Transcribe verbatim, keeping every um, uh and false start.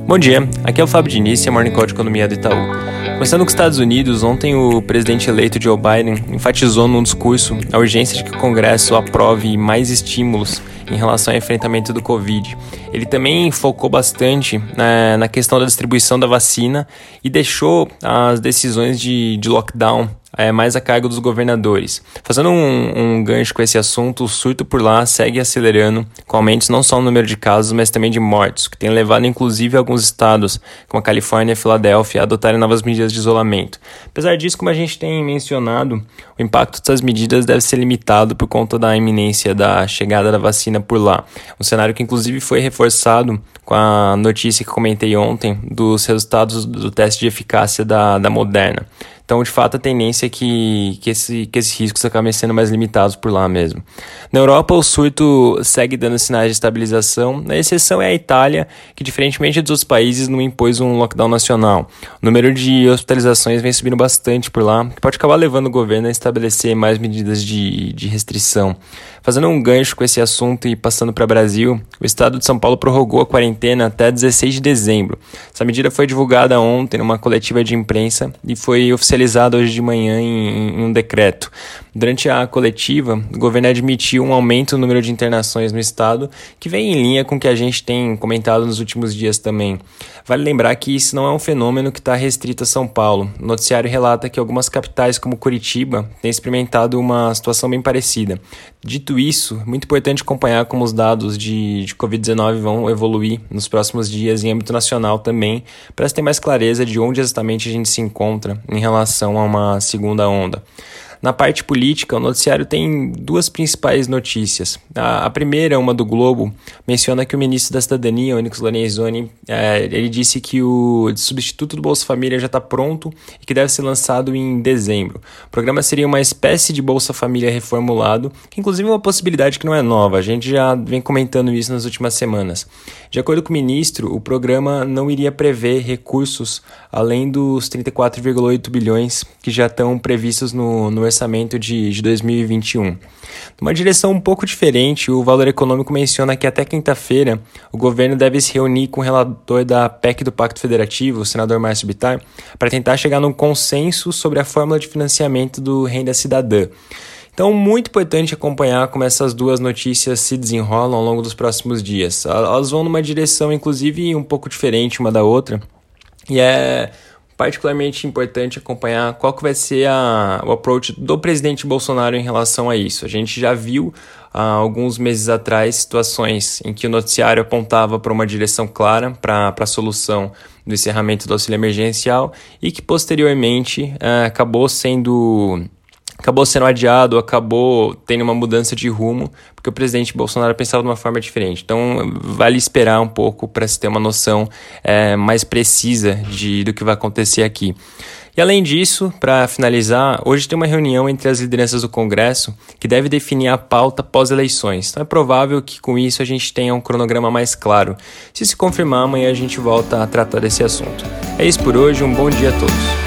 Bom dia, aqui é o Fábio Diniz, a Morning Call de Economia do Itaú. Começando com os Estados Unidos, ontem o presidente eleito Joe Biden enfatizou num discurso a urgência de que o Congresso aprove mais estímulos em relação ao enfrentamento do Covid. Ele também focou bastante na, na questão da distribuição da vacina e deixou as decisões de, de lockdown é, mais a cargo dos governadores. Fazendo um, um gancho com esse assunto, o surto por lá segue acelerando, com aumentos não só no número de casos, mas também de mortes, que tem levado inclusive alguns estados, como a Califórnia e a Filadélfia, a adotarem novas medidas de isolamento. Apesar disso, como a gente tem mencionado, o impacto dessas medidas deve ser limitado por conta da iminência da chegada da vacina por lá. Um cenário que inclusive foi reforçado com a notícia que comentei ontem dos resultados do teste de eficácia da, da Moderna. Então, de fato, a tendência é que, que, esse, que esses riscos acabem sendo mais limitados por lá mesmo. Na Europa, o surto segue dando sinais de estabilização. A exceção é a Itália, que, diferentemente dos outros países, não impôs um lockdown nacional. O número de hospitalizações vem subindo bastante por lá, que pode acabar levando o governo a estabelecer mais medidas de, de restrição. Fazendo um gancho com esse assunto e passando para o Brasil, o estado de São Paulo prorrogou a quarentena até dezesseis de dezembro. Essa medida foi divulgada ontem numa coletiva de imprensa e foi oficializada hoje de manhã em, em um decreto. Durante a coletiva, o governo admitiu um aumento no número de internações no estado, que vem em linha com o que a gente tem comentado nos últimos dias também. Vale lembrar que isso não é um fenômeno que está restrito a São Paulo. O noticiário relata que algumas capitais, como Curitiba, têm experimentado uma situação bem parecida. Dito isso, é muito importante acompanhar como os dados de, de covid dezenove vão evoluir nos próximos dias em âmbito nacional também, para se ter mais clareza de onde exatamente a gente se encontra em relação a uma segunda onda. Na parte política, o noticiário tem duas principais notícias. A, a primeira, uma do Globo, menciona que o ministro da Cidadania, Onyx Lorenzoni, é, ele disse que o substituto do Bolsa Família já está pronto e que deve ser lançado em dezembro. O programa seria uma espécie de Bolsa Família reformulado, que inclusive é uma possibilidade que não é nova, a gente já vem comentando isso nas últimas semanas. De acordo com o ministro, o programa não iria prever recursos além dos trinta e quatro vírgula oito bilhões que já estão previstos no, no orçamento de, de dois mil e vinte e um. Numa direção um pouco diferente, o Valor Econômico menciona que até quinta-feira o governo deve se reunir com o relator da P E C do Pacto Federativo, o senador Márcio Bittar, para tentar chegar num consenso sobre a fórmula de financiamento do Renda Cidadã. Então, muito importante acompanhar como essas duas notícias se desenrolam ao longo dos próximos dias. Elas vão numa direção, inclusive, um pouco diferente uma da outra, e é particularmente importante acompanhar qual que vai ser a, o approach do presidente Bolsonaro em relação a isso. A gente já viu há alguns meses atrás situações em que o noticiário apontava para uma direção clara para a solução do encerramento do auxílio emergencial e que posteriormente é, acabou sendo... acabou sendo adiado, acabou tendo uma mudança de rumo, porque o presidente Bolsonaro pensava de uma forma diferente. Então, vale esperar um pouco para se ter uma noção é, mais precisa de, do que vai acontecer aqui. E além disso, para finalizar, hoje tem uma reunião entre as lideranças do Congresso que deve definir a pauta pós-eleições. Então é provável que com isso a gente tenha um cronograma mais claro. Se se confirmar, amanhã a gente volta a tratar desse assunto. É isso por hoje, um bom dia a todos.